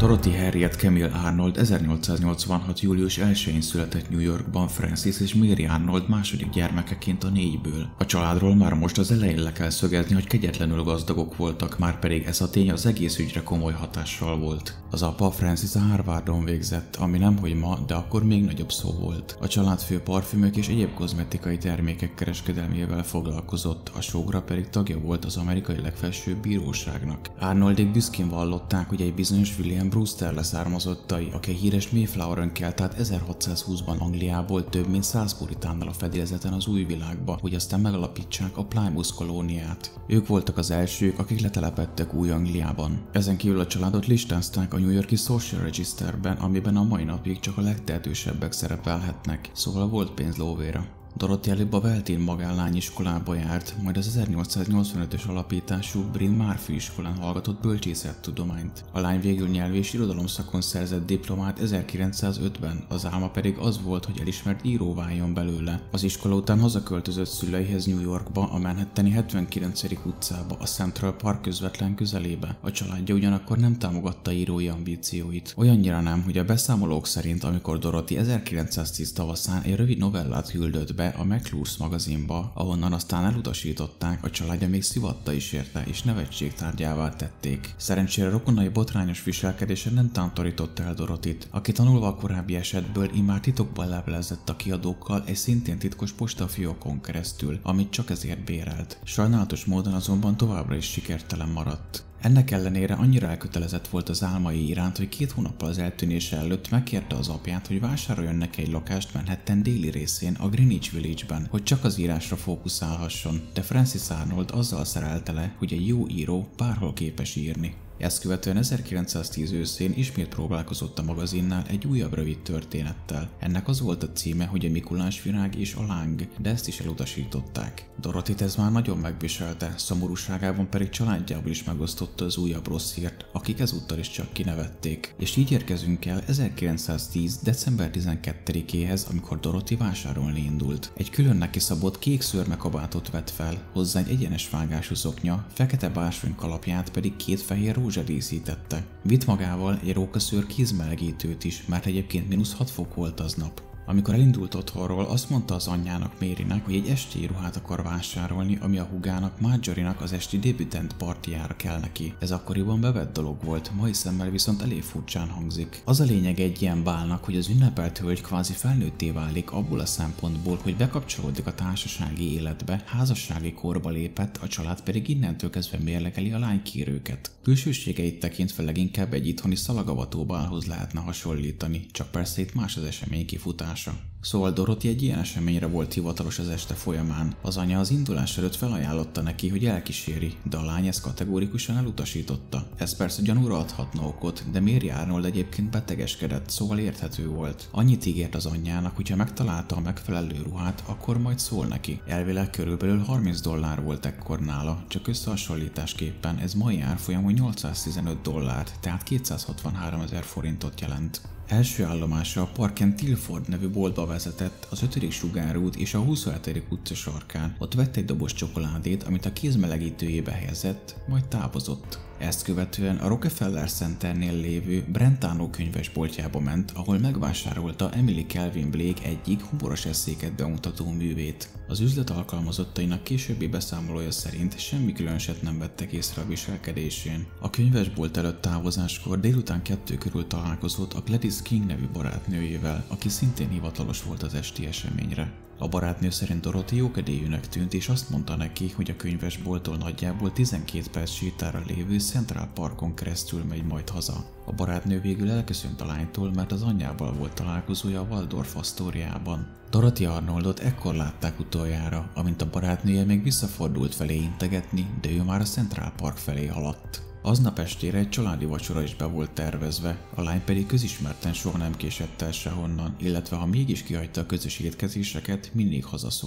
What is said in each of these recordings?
Dorothy Harriet Camille Arnold 1886. július 1-én született New Yorkban Francis és Mary Arnold második gyermekeként a 4-ből. A családról már most az elején le kell szögezni, hogy kegyetlenül gazdagok voltak, már pedig ez a tény az egész ügyre komoly hatással volt. Az apa Francis a Harvardon végzett, ami nemhogy ma, de akkor még nagyobb szó volt. A család fő parfümök és egyéb kozmetikai termékek kereskedelmével foglalkozott, a sógra pedig tagja volt az amerikai legfelsőbb bíróságnak. Arnoldék büszkén vallották, hogy egy bizonyos William Brewster leszármazottai, aki a híres Mayflower-ön kelt át 1620-ban Angliából több mint 100 puritánnal a fedélzeten az új világba, hogy aztán megalapítsák a Plymouth kolóniát. Ők voltak az elsők, akik letelepedtek Új-Angliában. Ezen kívül a családot listázták a New York-i Social Registerben, amiben a mai napig csak a legtehetősebbek szerepelhetnek, szóval volt pénz lóvéra. Dorothy előbb a Weltin magánlányiskolába járt, majd az 1885-ös alapítású Bryn Mawr főiskolán hallgatott bölcsészettudományt. A lány végül nyelv és irodalomszakon szerzett diplomát 1905-ben, az álma pedig az volt, hogy elismert író váljon belőle. Az iskola után hazaköltözött szüleihez New Yorkba, a Manhattani 79. utcába, a Central Park közvetlen közelébe. A családja ugyanakkor nem támogatta írói ambícióit. Olyannyira nem, hogy a beszámolók szerint, amikor Dorothy 1910 tavaszán egy rövid novellát küldött be a McClure's magazinba, ahonnan aztán elutasították, a családja még szivatta is érte, és nevetségtárgyává tették. Szerencsére rokonai botrányos viselkedése nem tántorította el Dorothyt, aki tanulva a korábbi esetből immár titokban levelezett a kiadókkal egy szintén titkos postafiókon keresztül, amit csak ezért bérelt. Sajnálatos módon azonban továbbra is sikertelen maradt. Ennek ellenére annyira elkötelezett volt az álmai iránt, hogy 2 hónappal az eltűnése előtt megkérte az apját, hogy vásároljon neki egy lakást Manhattan déli részén, a Greenwich Village-ben, hogy csak az írásra fókuszálhasson, de Francis Arnold azzal szerelte le, hogy egy jó író bárhol képes írni. Ezt követően 1910 őszén ismét próbálkozott a magazinnál egy újabb rövid történettel. Ennek az volt a címe, hogy a Mikulás virág és a láng, de ezt is elutasították. Dorothyt ez már nagyon megviselte, szomorúságában pedig családjából is megosztotta az újabb rossz hírt, akik ezúttal is csak kinevették. És így érkezünk el 1910. december 12-éhez, amikor Dorothy vásárolni indult. Egy külön neki szabott kék szőrmekabátot vett fel, hozzá egy egyenes vágású szoknya, fekete bársony kalapját pedig 2 fehér rózsa díszítette. Vitt magával egy rókaszőr kézmelegítőt is, mert egyébként -6 fok volt aznap. Amikor elindult otthonról, azt mondta az anyjának, Marynek, hogy egy esti ruhát akar vásárolni, ami a húgának, Marjorie-nak az esti debütant partijára kell neki. Ez akkoriban bevett dolog volt, mai szemmel viszont elég furcsán hangzik. Az a lényeg egy ilyen bálnak, hogy az ünnepelt hölgy kvázi felnőtté válik abból a szempontból, hogy bekapcsolódik a társasági életbe, házassági korba lépett, a család pedig innentől kezdve mérlegeli a lánykérőket. Külsőségeit tekintve leginkább egy itthoni szalagavató lehetne hasonlítani, csak persze itt más az esemény kifutása. Szóval Dorothy egy ilyen eseményre volt hivatalos az este folyamán. Az anya az indulás előtt felajánlotta neki, hogy elkíséri, de a lány ezt kategórikusan elutasította. Ez persze gyanúra adhatna okot, de Mary Arnold egyébként betegeskedett, szóval érthető volt. Annyit ígért az anyjának, hogy ha megtalálta a megfelelő ruhát, akkor majd szól neki. Elvileg körülbelül $30 volt ekkor nála, csak összehasonlításképpen ez mai árfolyamú $815, tehát 263 000 forintot jelent. Első állomása a Park & Tilford nevű boltba vezetett, az 5. sugárút és a 27. utca sarkán. Ott vett egy doboz csokoládét, amit a kézmelegítőjébe helyezett, majd távozott. Ezt követően a Rockefeller Centernél lévő Brentano könyvesboltjába ment, ahol megvásárolta Emily Calvin Blake egyik humoros eszéket bemutató művét. Az üzlet alkalmazottainak későbbi beszámolója szerint semmi különöset nem vettek észre a viselkedésén. A könyvesbolt előtt távozáskor délután 2 körül találkozott a Gladys King nevű barátnőjével, aki szintén hivatalos volt az esti eseményre. A barátnő szerint Dorothy jókedélyűnek tűnt, és azt mondta neki, hogy a könyvesbolttól nagyjából 12 perc sétára lévő Central Parkon keresztül megy majd haza. A barátnő végül elköszönt a lánytól, mert az anyjával volt találkozója a Waldorf Astoriában. Dorothy Arnoldot ekkor látták utoljára, amint a barátnője még visszafordult felé integetni, de ő már a Central Park felé haladt. Aznap estére egy családi vacsora is be volt tervezve, a lány pedig közismerten soha nem késett el sehonnan, illetve ha mégis kihagyta a közös étkezéseket, mindig hazaszólt.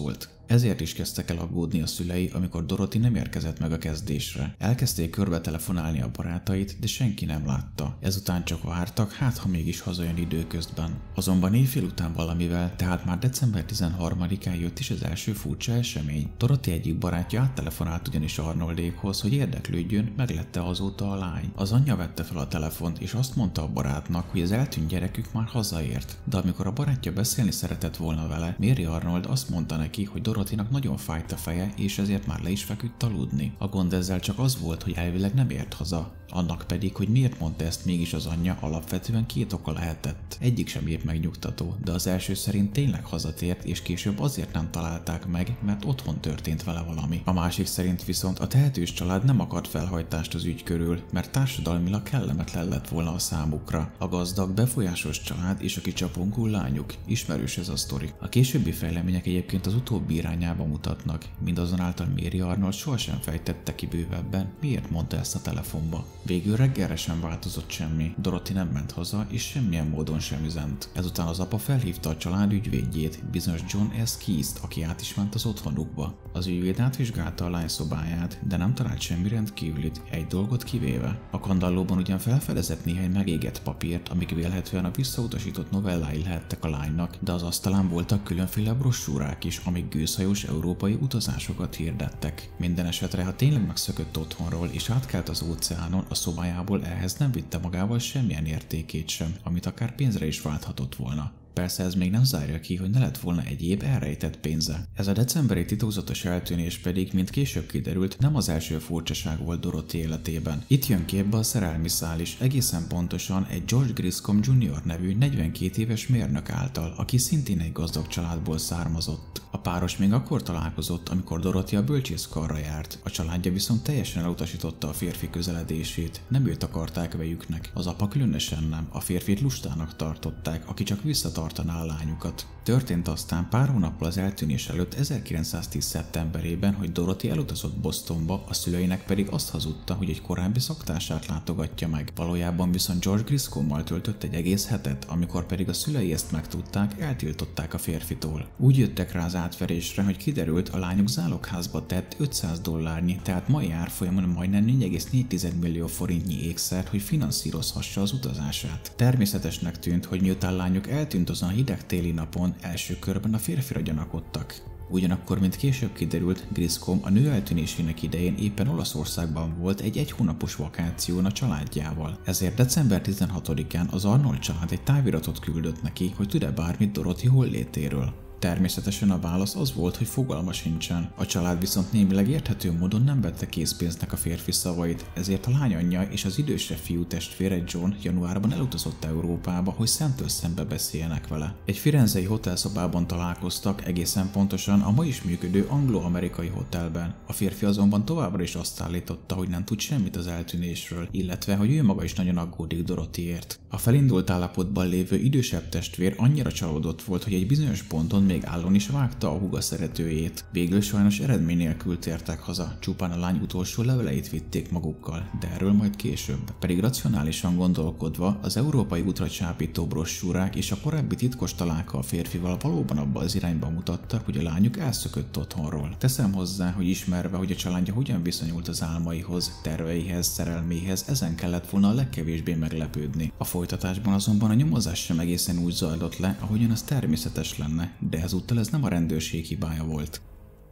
Ezért is kezdtek el aggódni a szülei, amikor Dorothy nem érkezett meg a kezdésre. Elkezdték körbe telefonálni a barátait, de senki nem látta. Ezután csak vártak, hát ha mégis hazajön időközben. Azonban éjfél után valamivel, tehát már december 13-án jött is az első furcsa esemény. Dorothy egyik barátja áttelefonált ugyanis Arnoldékhoz, hogy érdeklődjön, meglette azóta a lány. Az anyja vette fel a telefont, és azt mondta a barátnak, hogy az eltűnt gyerekük már hazaért. De amikor a barátja beszélni szeretett volna vele, Mary Arnold azt mondta neki, hogy Dorothynak nagyon fájt a feje, és ezért már le is feküdt aludni. A gond ezzel csak az volt, hogy elvileg nem ért haza. Annak pedig, hogy miért mondta ezt mégis az anyja, alapvetően két oka lehetett. Egyik sem épp megnyugtató, de az első szerint tényleg hazatért, és később azért nem találták meg, mert otthon történt vele valami. A másik szerint viszont a tehetős család nem akart felhajtást az ügy körül, mert társadalmilag kellemetlen lett volna a számukra. A gazdag, befolyásos család és a kicsapongó lányuk. Ismerős ez a sztori. A későbbi fejlemények egyébként az utóbbi irányába mutatnak, mindazonáltal Mary Arnold sohasem fejtette ki bővebben, miért mondta ezt a telefonba. Végül reggelre sem változott semmi, Dorothy nem ment haza, és semmilyen módon sem üzent. Ezután az apa felhívta a család ügyvédjét, bizonyos John S. Keast, aki át is ment az otthonukba. Az ügyvéd átvizsgálta a lány szobáját, de nem talált semmi rendkívülit, egy dolgot kivéve. A kandallóban ugyan felfedezett néhány megégett papírt, amik vélhetően a visszautasított novellái lehettek a lánynak, de az asztalán voltak különféle brossúrák is, amik gőzhajós európai utazásokat hirdettek. Minden esetre, ha tényleg megszökött otthonról és átkelt az óceánon, a szobájából ehhez nem vitte magával semmilyen értékét sem, amit akár pénzre is válthatott volna. Persze ez még nem zárja ki, hogy ne lett volna egyéb elrejtett pénze. Ez a decemberi titokzatos eltűnés pedig, mint később kiderült, nem az első furcsaság volt Dorothy életében. Itt jön képbe a szerelmi szál is, egészen pontosan egy George Griscom Jr. nevű 42 éves mérnök által, aki szintén egy gazdag családból származott. A páros még akkor találkozott, amikor Dorothy a bölcsészkarra járt. A családja viszont teljesen elutasította a férfi közeledését, nem őt akarták vejüknek. Az apa különösen nem, a férfit lustának tartották, aki csak visszatartaná a lányukat. Történt aztán pár hónappal az eltűnés előtt 1910. szeptemberében, hogy Dorothy elutazott Bostonba, a szüleinek pedig azt hazudta, hogy egy korábbi szaktársát látogatja meg. Valójában viszont George Griscommal töltött egy egész hetet, amikor pedig a szülei ezt megtudták, eltiltották a férfitól. Úgy jöttek rá az átverésre, hogy kiderült, a lányuk zálogházba tett $500, tehát mai árfolyamon majdnem 4,4 millió forintnyi ékszert, hogy finanszírozhassa az utazását. Természetesnek tűnt, hogy miután lányuk eltűnt azon a hideg téli napon, első körben a férfira gyanakodtak. Ugyanakkor, mint később kiderült, Griscom a nő eltűnésének idején éppen Olaszországban volt egy hónapos vakáción a családjával. Ezért december 16-án az Arnold család egy táviratot küldött neki, hogy tud-e bármit Dorothy hollétéről. Természetesen a válasz az volt, hogy fogalma sincsen. A család viszont némileg érthető módon nem vette készpénznek a férfi szavait, ezért a lány anyja és az idősebb fiú testvére John januárban elutazott Európába, hogy szemtől szembe beszéljenek vele. Egy firenzei hotelszobában találkoztak, egészen pontosan a ma is működő anglo-amerikai hotelben. A férfi azonban továbbra is azt állította, hogy nem tud semmit az eltűnésről, illetve hogy ő maga is nagyon aggódik Dorothyért. A felindult állapotban lévő idősebb testvér annyira csalódott volt, hogy egy bizonyos ponton még állon is vágta a húga szeretőjét. Végül sajnos eredmény nélkül tértek haza, csupán a lány utolsó leveleit vitték magukkal, de erről majd később. Pedig racionálisan gondolkodva, az európai útra csábító brossúrák és a korábbi titkos találka a férfival valóban abba az irányba mutattak, hogy a lányuk elszökött otthonról. Teszem hozzá, hogy ismerve, hogy a családja hogyan viszonyult az álmaihoz, terveihez, szerelméhez, ezen kellett volna a legkevésbé meglepődni. A folytatásban azonban a nyomozás sem egészen úgy zajlott le, ahogyan az természetes lenne, de ezúttal ez nem a rendőrség hibája volt.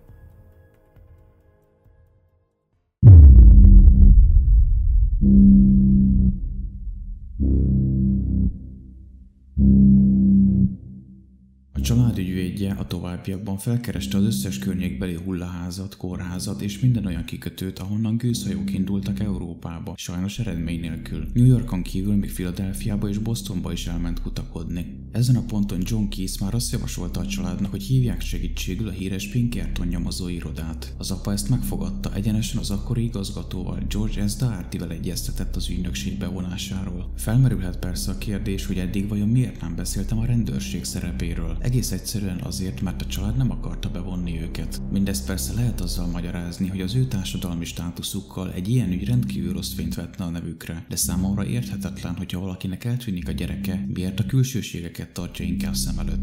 A család ügyvédje a továbbiakban felkereste az összes környékbeli hullaházat, kórházat és minden olyan kikötőt, ahonnan gőzhajók indultak Európába, sajnos eredmény nélkül. New Yorkon kívül még Philadelphiába és Bostonba is elment kutakodni. Ezen a ponton John Keast már azt javasolta a családnak, hogy hívják segítségül a híres Pinkerton nyomozó irodát. Az apa ezt megfogadta, egyenesen az akkori igazgatóval, George S. Doherty-vel egyeztetett az ügynökség bevonásáról. Felmerülhet persze a kérdés, hogy eddig vajon miért nem beszéltem a rendőrség szerepéről. Egész egyszerűen azért, mert a család nem akarta bevonni őket. Mindezt persze lehet azzal magyarázni, hogy az ő társadalmi státuszukkal egy ilyen ügy rendkívül rossz fényt vetne a nevükre, de számomra érthetetlen, hogyha valakinek eltűnik a gyereke, miért a külsőségeket tartja inkább szem előtt.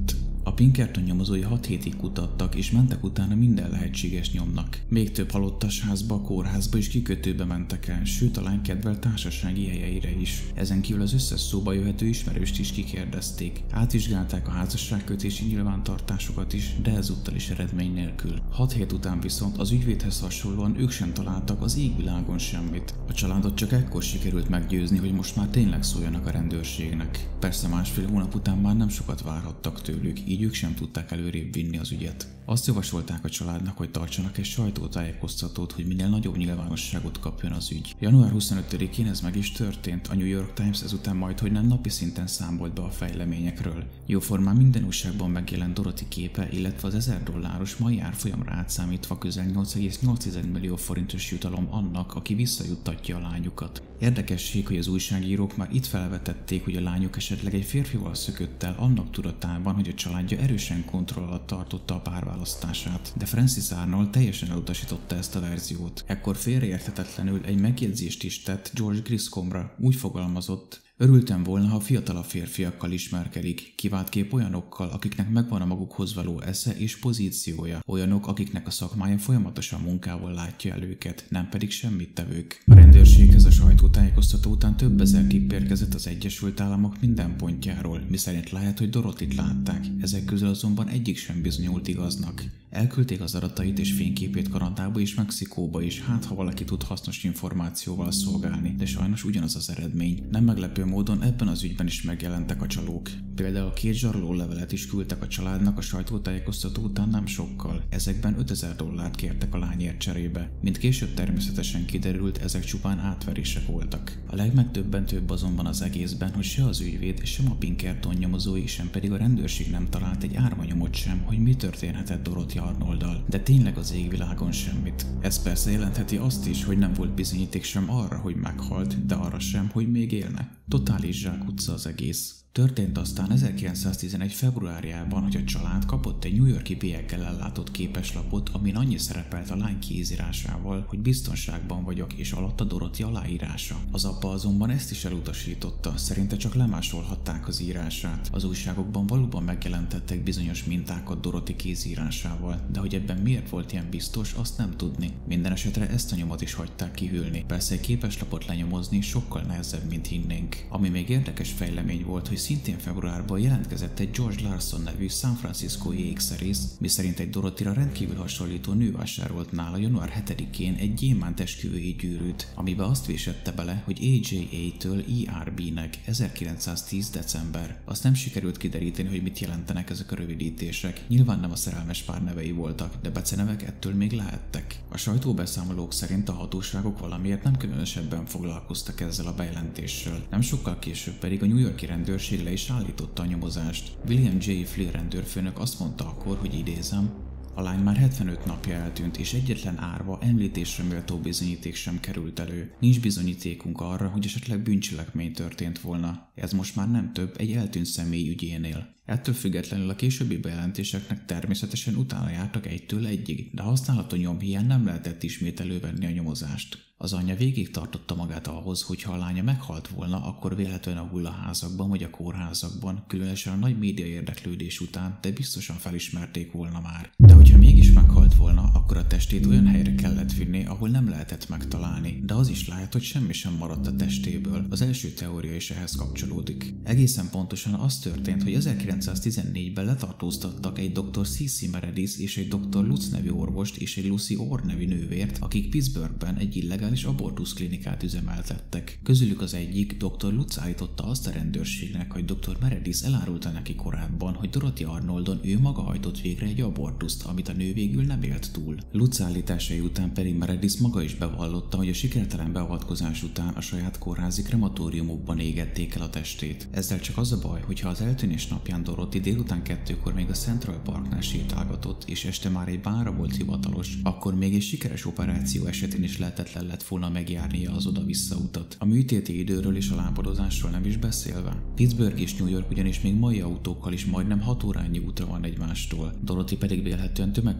A Pinkerton nyomozói 6 hétig kutattak, és mentek utána minden lehetséges nyomnak. Még több halottas házba, kórházba és kikötőbe mentek el, sőt a lány kedvelt társasági helyeire is. Ezen kívül az összes szóba jöhető ismerőst is kikérdezték. Átvizsgálták a házasságkötési nyilvántartásokat is, de ezúttal is eredmény nélkül. 6 hét után viszont az ügyvédhez hasonlóan ők sem találtak az égvilágon semmit. A családot csak ekkor sikerült meggyőzni, hogy most már tényleg szóljanak a rendőrségnek. Persze másfél hónap után már nem sokat várhattak tőlük, így ők sem tudták előrébb vinni az ügyet. Azt javasolták a családnak, hogy tartsanak egy sajtótájékoztatót, hogy minél nagyobb nyilvánosságot kapjon az ügy. Január 25-én ez meg is történt, a New York Times ezután majdhogy nem napi szinten számolt be a fejleményekről. Jóformán minden újságban megjelent Dorothy képe, illetve az $1000 mai árfolyamra átszámítva közel 8,8 millió forintos jutalom annak, aki visszajuttatja a lányukat. Érdekesség, hogy az újságírók már itt felvetették, hogy a lányuk esetleg egy férfival szökött el annak tudatában, hogy a családja erősen kontroll alatt tartotta a párválasztását, de Frances Arnold teljesen elutasította ezt a verziót. Ekkor félreérthetetlenül egy megjegyzést is tett George Griscomra, úgy fogalmazott: örültem volna, ha fiatalabb férfiakkal ismerkedik, kiváltképp olyanokkal, akiknek megvan a magukhoz való esze és pozíciója, olyanok, akiknek a szakmája folyamatosan munkával látja el őket, nem pedig semmittevők. A rendőrséghez a sajtótájékoztató után több ezer tipp érkezett az Egyesült Államok minden pontjáról, miszerint lehet, hogy Dorothyt látták, ezek közül azonban egyik sem bizonyult igaznak. Elküldték az adatait és fényképét Kanadába és Mexikóba is, hát ha valaki tud hasznos információval szolgálni, de sajnos ugyanaz az eredmény. Nem meglepő módon ebben az ügyben is megjelentek a csalók. Például 2 zsaroló levelet is küldtek a családnak a sajtótájékoztató után nem sokkal. Ezekben $5000 kértek a lányért cserébe. Mint később természetesen kiderült, ezek csupán átverések voltak. A legmegdöbbentőbb azonban az egészben, hogy se az ügyvéd, sem a Pinkerton nyomozói, sem pedig a rendőrség nem talált egy árvanyomot sem, hogy mi történhetett Dorothy Arnolddal, de tényleg az égvilágon semmit. Ez persze jelentheti azt is, hogy nem volt bizonyíték sem arra, hogy meghalt, de arra sem, hogy még élne. Totális zsákutca az egész. Történt aztán 1911. februárjában, hogy a család kapott egy New York-i bélyegkel ellátott képeslapot, amin annyi szerepelt a lány kézírásával, hogy biztonságban vagyok, és alatta Dorothy aláírása. Az apa azonban ezt is elutasította, szerinte csak lemásolhatták az írását. Az újságokban valóban megjelentettek bizonyos mintákat Dorothy kézírásával, de hogy ebben miért volt ilyen biztos, azt nem tudni. Minden esetre ezt a nyomot is hagyták kihűlni. Persze egy képeslapot lenyomozni sokkal nehezebb, mint hinnénk. Ami még érdekes fejlemény volt, hogy szintén februárban jelentkezett egy George Larson nevű San Francisco-i ékszerész, miszerint egy Dorothyra rendkívül hasonlító nő vásárolt nála január 7-én egy gyémánt esküvői gyűrűt, amiben azt vésette bele, hogy AJA-től ERB-nek 1910. december. Azt nem sikerült kideríteni, hogy mit jelentenek ezek a rövidítések. Nyilván nem a szerelmes pár nevei voltak, de becenevek ettől még lehettek. A sajtóbeszámolók szerint a hatóságok valamiért nem különösebben foglalkoztak ezzel a bejelentéssel. Nem sokkal később pedig a New York-i rendőrség le is állította a nyomozást. William J. Fleer rendőrfőnök azt mondta akkor, hogy idézem: a lány már 75 napja eltűnt, és egyetlen árva, említésre méltó bizonyíték sem került elő. Nincs bizonyítékunk arra, hogy esetleg bűncselekmény történt volna. Ez most már nem több egy eltűnt személy ügyénél. Ettől függetlenül a későbbi bejelentéseknek természetesen utána jártak egytől egyig, de használható nyomhiány nem lehetett ismét elővenni a nyomozást. Az anyja végig tartotta magát ahhoz, hogy ha a lánya meghalt volna, akkor véletlenül a hullaházakban vagy a kórházakban, különösen a nagy média érdeklődés után, de biztosan felismerték volna már. De hogyha mégis meghalt volna, akkor a testét olyan helyre kellett vinni, ahol nem lehetett megtalálni, de az is lehet, hogy semmi sem maradt a testéből. Az első teória is ehhez kapcsolódik. Egészen pontosan az történt, hogy 1914-ben letartóztattak egy dr. C.C. Meredith és egy dr. Lutz nevű orvost és egy Lucy Orr nevű nővért, akik Pittsburghben egy illegális abortuszklinikát üzemeltettek. Közülük az egyik, dr. Lutz állította azt a rendőrségnek, hogy dr. Meredith elárulta neki korábban, hogy Dorothy Arnoldon ő maga hajtott végre egy abortuszt, amit a nő végül nem élt túl. Lutz állításai után pedig Meredith maga is bevallotta, hogy a sikertelen beavatkozás után a saját kórházi krematóriumokban égették el a testét. Ezzel csak az a baj, hogyha az eltűnés napján Dorothy délután 2-kor még a Central Parknál sétálgatott, és este már egy bárra volt hivatalos, akkor még egy sikeres operáció esetén is lehetetlen lett volna megjárnia az oda-vissza utat. A műtéti időről és a lábadozásról nem is beszélve. Pittsburgh és New York ugyanis még mai autókkal is majdnem 6 órányi útra van egymástól. Dorothy pedig vélhetően tömegközlekedés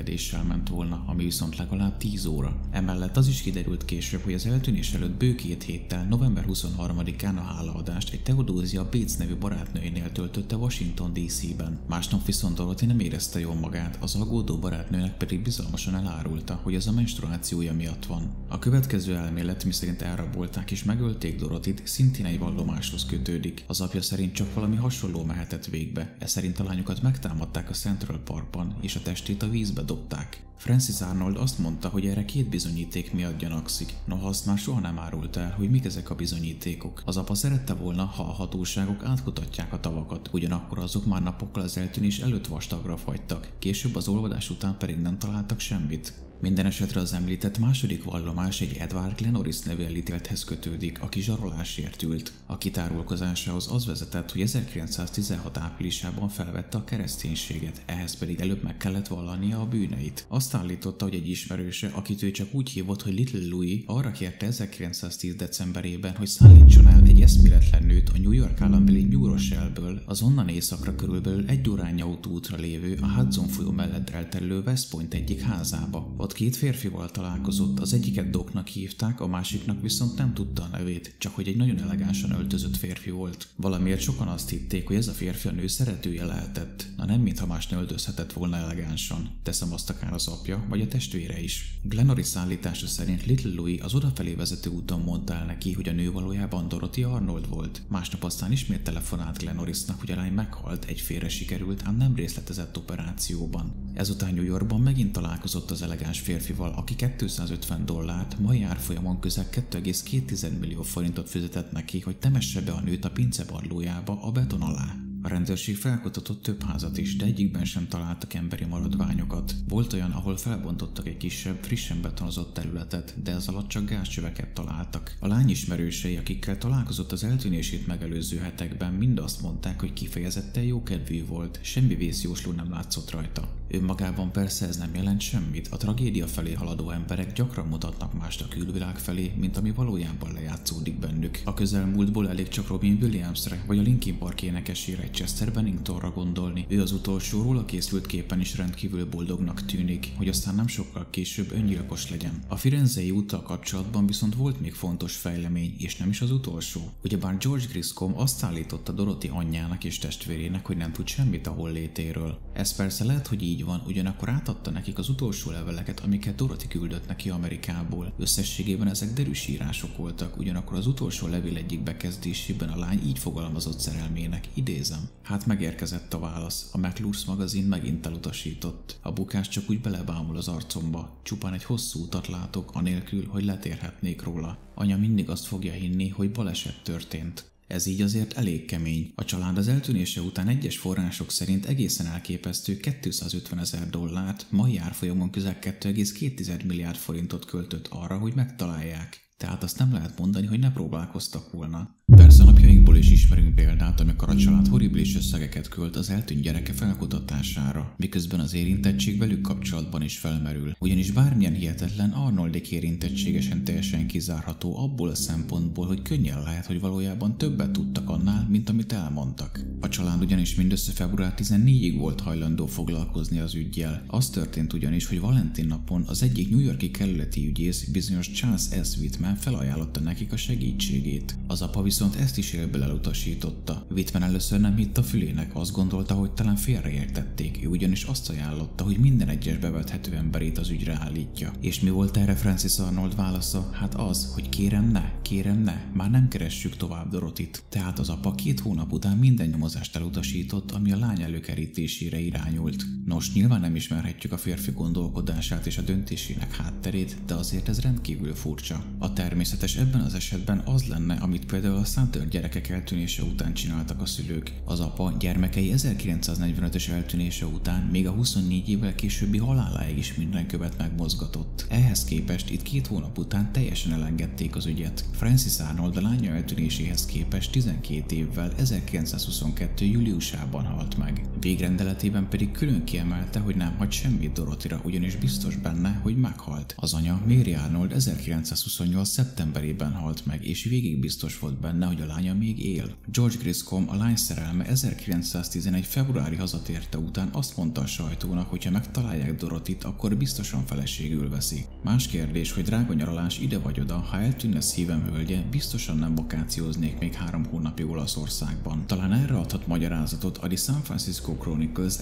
közlekedéssel ment volna, ami viszont legalább 10 óra. Emellett az is kiderült később, hogy az eltűnés előtt bő 2 héttel, november 23-án a hálaadást egy Theodosia Bates nevű barátnőjénél töltötte Washington DC-ben. Másnap viszont Dorothy nem érezte jól magát, az aggódó barátnőnek pedig bizalmasan elárulta, hogy ez a menstruációja miatt van. A következő elmélet, miszerint elrabolták és megölték Dorothyt, szintén egy vallomáshoz kötődik. Az apja szerint csak valami hasonló mehetett végbe. Ez szerint a lányokat megtámadták a Central Parkban, és a testét a vízbe dobták. Francis Arnold azt mondta, hogy erre 2 bizonyíték miatt gyanakszik. Noha azt már soha nem árulta el, hogy mik ezek a bizonyítékok. Az apa szerette volna, ha a hatóságok átkutatják a tavakat, ugyanakkor azok már napokkal az eltűnés előtt vastagra fagytak, később az olvadás után pedig nem találtak semmit. Minden esetre az említett második vallomás egy Edward Glennorris nevű elítélthez kötődik, aki zsarolásért ült. A kitárulkozásához az vezetett, hogy 1916 áprilisában felvette a kereszténységet, ehhez pedig előbb meg kellett vallania a bűneit. Azt állította, hogy egy ismerőse, akit ő csak úgy hívott, hogy Little Louis, arra kérte 1910 decemberében, hogy szállítson el egy eszméletlen nőt a New York állambeli New Rochelle-ből, az onnan északra körülbelül 1 órányi autóútra lévő, a Hudson folyó mellett elterülő West Point egyik házába. Ott 2 férfival találkozott, az egyiket Docnak hívták, a másiknak viszont nem tudta a nevét, csak hogy egy nagyon elegánsan öltözött férfi volt. Valamiért sokan azt hitték, hogy ez a férfi a nő szeretője lehetett. Na nem, mintha más ne öltözhetett volna elegánsan. Teszem azt akár az apja, vagy a testvére is. Glennorris állítása szerint Little Louis az odafelé vezető úton mondta el neki, hogy a nő valójában Dorothy Arnold volt. Másnap aztán ismét telefonált Glennorrisnak, hogy a lány meghalt egy félre sikerült, ám nem részletezett operációban. Ezután New Yorkban megint találkozott az elegáns férfival, aki $250, mai árfolyamon közel 2,2 millió forintot fizetett neki, hogy temesse be a nőt a pincebarlójába a beton alá. A rendőrség felkutatott több házat is, de egyikben sem találtak emberi maradványokat. Volt olyan, ahol felbontottak egy kisebb, frissen betonozott területet, de ez alatt csak gázcsöveket találtak. A lány ismerősei, akikkel találkozott az eltűnését megelőző hetekben, mind azt mondták, hogy kifejezetten jókedvű volt, semmi vészjósló nem látszott rajta. Önmagában persze ez nem jelent semmit, a tragédia felé haladó emberek gyakran mutatnak mást a külvilág felé, mint ami valójában lejátszódik bennük. A közelmúltból elég csak Robin Williamsre vagy a Linkin Park énekesére, Chester Benningtonra gondolni. Ő az utolsó róla készült képen is rendkívül boldognak tűnik, hogy aztán nem sokkal később öngyilkos legyen. A Firenzei úttal kapcsolatban viszont volt még fontos fejlemény, és nem is az utolsó. Ugyebár George Griscom azt állította Dorothy anyjának és testvérének, hogy nem tud semmit a hollétéről. Ez persze lehet, hogy így van, ugyanakkor átadta nekik az utolsó leveleket, amiket Dorothy küldött neki Amerikából. Összességében ezek derűs írások voltak, ugyanakkor az utolsó levél egyik bekezdésében a lány így fogalmazott szerelmének, idézem. Hát megérkezett a válasz, a McClure's magazin megint elutasított. A bukás csak úgy belebámul az arcomba, csupán egy hosszú utat látok, anélkül, hogy letérhetnék róla. Anya mindig azt fogja hinni, hogy baleset történt. Ez így azért elég kemény. A család az eltűnése után egyes források szerint egészen elképesztő $250,000, mai árfolyamon közel 2,2 milliárd forintot költött arra, hogy megtalálják. Tehát azt nem lehet mondani, hogy ne próbálkoztak volna. Persze napjainkból is ismerünk példát, amikor a család horribilis összegeket költ az eltűnt gyereke felkutatására, miközben az érintettség velük kapcsolatban is felmerül. Ugyanis bármilyen hihetetlen, Arnoldék érintettségesen teljesen kizárható abból a szempontból, hogy könnyen lehet, hogy valójában többet tudtak annál, mint amit elmondtak. A család ugyanis mindössze február 14-ig volt hajlandó foglalkozni az üggyel. Az történt ugyanis, hogy Valentin napon az egyik New York-i kerületi ügyész, bizonyos Charles S. Whitman felajánlotta nekik a segítségét. Az apa viszont ezt is élből elutasította. Whitman először nem hitt a fülének, azt gondolta, hogy talán félreértették, ő ugyanis azt ajánlotta, hogy minden egyes bevethető emberét az ügyre állítja. És mi volt erre Francis Arnold válasza? Hát az, hogy kérem ne, már nem keressük tovább Dorothyt. Tehát az apa 2 hónap után minden nyomozást elutasított, ami a lány előkerítésére irányult. Nos, nyilván nem ismerhetjük a férfi gondolkodását és a döntésének hátterét, de azért ez rendkívül furcsa. A természetes ebben az esetben az lenne, amit például a Sutter gyerekek eltűnése után csináltak a szülők. Az apa gyermekei 1945-ös eltűnése után még a 24 évvel későbbi haláláig is minden követ megmozgatott. Ehhez képest itt 2 hónap után teljesen elengedték az ügyet. Francis Arnold a lánya eltűnéséhez képest 12 évvel 1922. júliusában halt meg. Végrendeletében pedig külön kiemelte, hogy nem hagy semmit Dorothyra, ugyanis biztos benne, hogy meghalt. Az anya, Mary Arnold 1928. szeptemberében halt meg, és végig biztos biztos volt benne, hogy a lánya még él. George Griscom, a lány szerelme 1911. februári hazatérte után azt mondta a sajtónak, hogy ha megtalálják Dorothit, akkor biztosan feleségül veszi. Más kérdés, hogy drága nyaralás ide vagy oda, ha eltűnne szívem hölgye, biztosan nem vakációznék még 3 hónapig Olaszországban. Talán erre adhat magyarázatot a The San Francisco Chronicles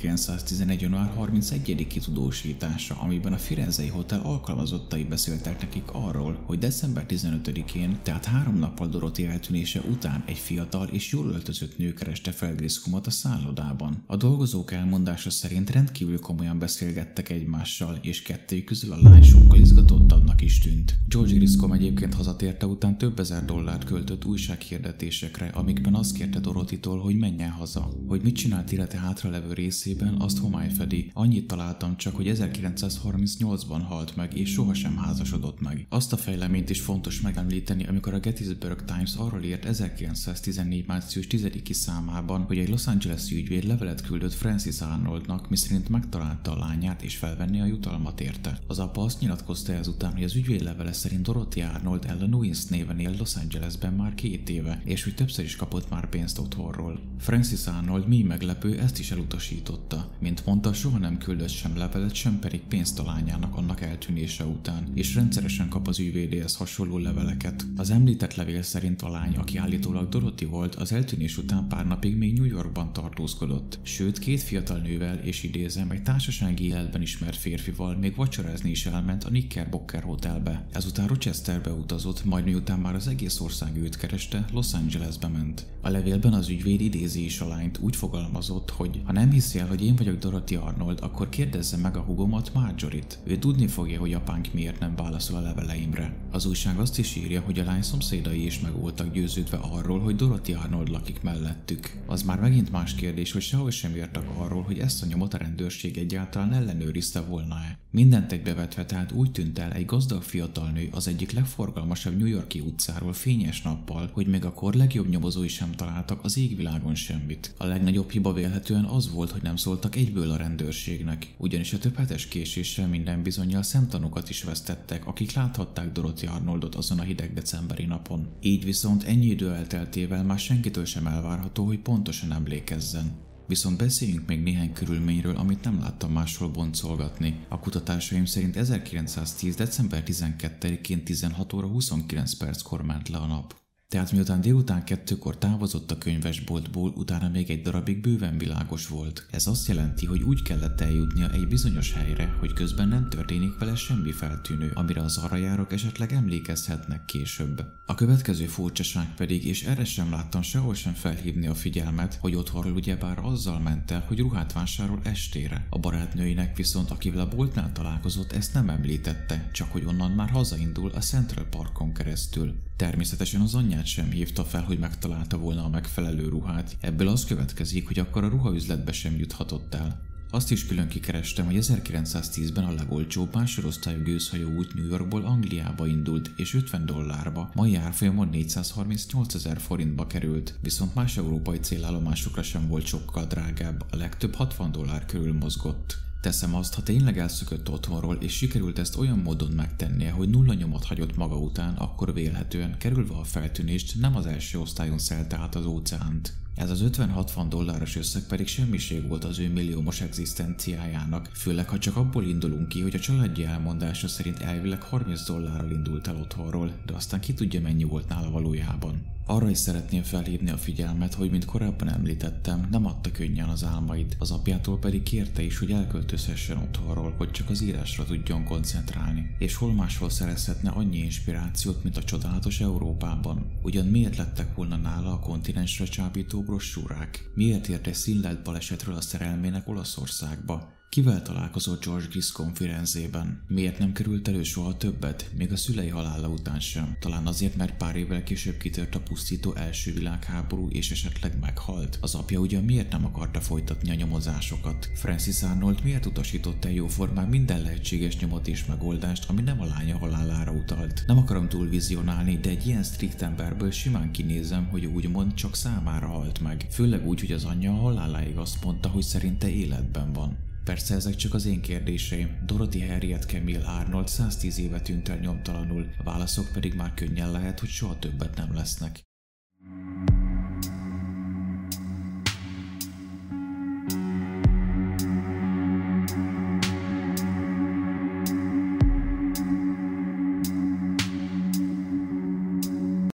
1911. január 31-i tudósítása, amiben a Firenzei Hotel alkalmazottai beszéltek nekik arról, hogy december 15-én, tehát 3 nappal Dorothy eltűnése után egy fiatal és jól öltözött nő kereste fel Griscomot a szállodában. A dolgozók elmondása szerint rendkívül komolyan beszélgettek egymással, és kettőjük közül a lány sokkal izgatottabbnak is tűnt. George Griscom egyébként hazatérte után több ezer dollárt költött újsághirdetésekre, amikben azt kérte Dorothytól, hogy menjen haza. Hogy mit csinált élete hátralevő részében, azt homály fedi. Annyit találtam csak, hogy 1938-ban halt meg, és sohasem házasodott meg. Azt a fejleményt is fontos megemlíteni, amikor a Gettysburg Times arról írt 1914. március 10-i számában, hogy egy Los Angeles-i ügyvéd levelet küldött Francis Arnoldnak, miszerint megtalálta a lányát és felvenni a jutalmat érte. Az apa azt nyilatkozta ezután, hogy az ügyvéd levele szerint Dorothy Arnold Ella Nuins néven él Los Angelesben már 2 éve, és hogy többször is kapott már pénzt otthonról. Francis Arnold, mi meglepő, ezt is elutasította. Mint mondta, soha nem küldött sem levelet, sem pedig pénzt a lányának annak eltűnése után, és rendszeresen kap az ügyvédéhez hasonló leveleket. Az említett levél szerint a lány, aki állítólag Dorothy volt, az eltűnés után pár napig még New Yorkban tartózkodott. Sőt, 2 fiatal nővel, és idézem, egy társasági életben ismert férfival még vacsorázni is elment a Knickerbocker Hotelbe. Ezután Rochesterbe utazott, majd miután már az egész ország őt kereste, Los Angelesbe ment. A levélben az ügyvéd idézi is a lányt, úgy fogalmazott, hogy ha nem hiszi el, hogy én vagyok Dorothy Arnold, akkor kérdezze meg a húgomat, Marjorie-t. Ő tudni fogja, hogy apánk miért nem válaszol a leveleimre. Az újság azt is írja, hogy a lány szomszédai is meg voltak győződve arról, hogy Dorothy Arnold lakik mellettük. Az már megint más kérdés, hogy sehol sem írtak arról, hogy ezt a nyomot a rendőrség egyáltalán ellenőrizte volna-e. Mindent egybevetve tehát úgy tűnt el egy gazdag fiatal nő az egyik legforgalmasabb New York-i utcáról fényes nappal, hogy még akkor legjobb nyomozói sem találtak az égvilágon semmit. A legnagyobb hiba vélhetően az volt, hogy nem szóltak egyből a rendőrségnek, ugyanis a több hetes késéssel minden bizonnyal szemtanúkat is vesztettek, akik láthatták Dorothy Arnoldot azon a hideg decemberi napon. Így viszont ennyi idő elteltével már senkitől sem elvárható, hogy pontosan emlékezzen. Viszont beszéljünk még néhány körülményről, amit nem láttam máshol boncolgatni. A kutatásaim szerint 1910. december 12-én 16 óra 29 perckor ment le a nap. Tehát miután délután 2-kor távozott a könyvesboltból, utána még egy darabig bőven világos volt. Ez azt jelenti, hogy úgy kellett eljutnia egy bizonyos helyre, hogy közben nem történik vele semmi feltűnő, amire az arrajárók esetleg emlékezhetnek később. A következő furcsaság pedig, és erre sem láttam sehol sem felhívni a figyelmet, hogy otthonról ugyebár azzal ment el, hogy ruhát vásárol estére. A barátnőinek viszont, akivel a boltnál találkozott, ezt nem említette, csak hogy onnan már hazaindul a Central Parkon keresztül. Természetesen az anyját sem hívta fel, hogy megtalálta volna a megfelelő ruhát. Ebből az következik, hogy akkor a ruhaüzletbe sem juthatott el. Azt is külön kikerestem, hogy 1910-ben a legolcsóbb másodosztályú gőzhajó út New Yorkból Angliába indult, és $50, mai árfolyamon 438 000 forintba került, viszont más európai célállomásokra sem volt sokkal drágább, a legtöbb $60 körül mozgott. Teszem azt, ha tényleg elszökött otthonról, és sikerült ezt olyan módon megtennie, hogy nulla nyomot hagyott maga után, akkor vélhetően, kerülve a feltűnést, nem az első osztályon szelte át az óceánt. Ez az $50-60 összeg pedig semmiség volt az ő milliómos egzisztenciájának, főleg ha csak abból indulunk ki, hogy a családja elmondása szerint elvileg $30 indult el otthonról, de aztán ki tudja, mennyi volt nála valójában. Arra is szeretném felhívni a figyelmet, hogy mint korábban említettem, nem adta könnyen az álmait, az apjától pedig kérte is, hogy elköltözhessen otthonról, hogy csak az írásra tudjon koncentrálni. És hol máshol szerezhetne annyi inspirációt, mint a csodálatos Európában. Ugyan miért lettek volna nála a kontinensre csábító brossúrák? Miért ért egy színlelt balesetről a szerelmének Olaszországba? Kivel találkozott George Griscom Firenzében? Miért nem került elő soha többet, még a szülei halála után sem? Talán azért, mert pár évvel később kitört a pusztító első világháború, és esetleg meghalt? Az apja ugyan miért nem akarta folytatni a nyomozásokat? Francis Arnold miért utasította jóformán minden lehetséges nyomot és megoldást, ami nem a lánya halálára utalt? Nem akarom túl vizionálni, de egy ilyen strikt emberből simán kinézem, hogy úgymond csak számára halt meg. Főleg úgy, hogy az anyja a haláláig azt mondta, hogy szerinte életben van. Persze ezek csak az én kérdéseim. Dorothy Harriet Camille Arnold 110 éve tűnt el nyomtalanul, a válaszok pedig már könnyen lehet, hogy soha többet nem lesznek.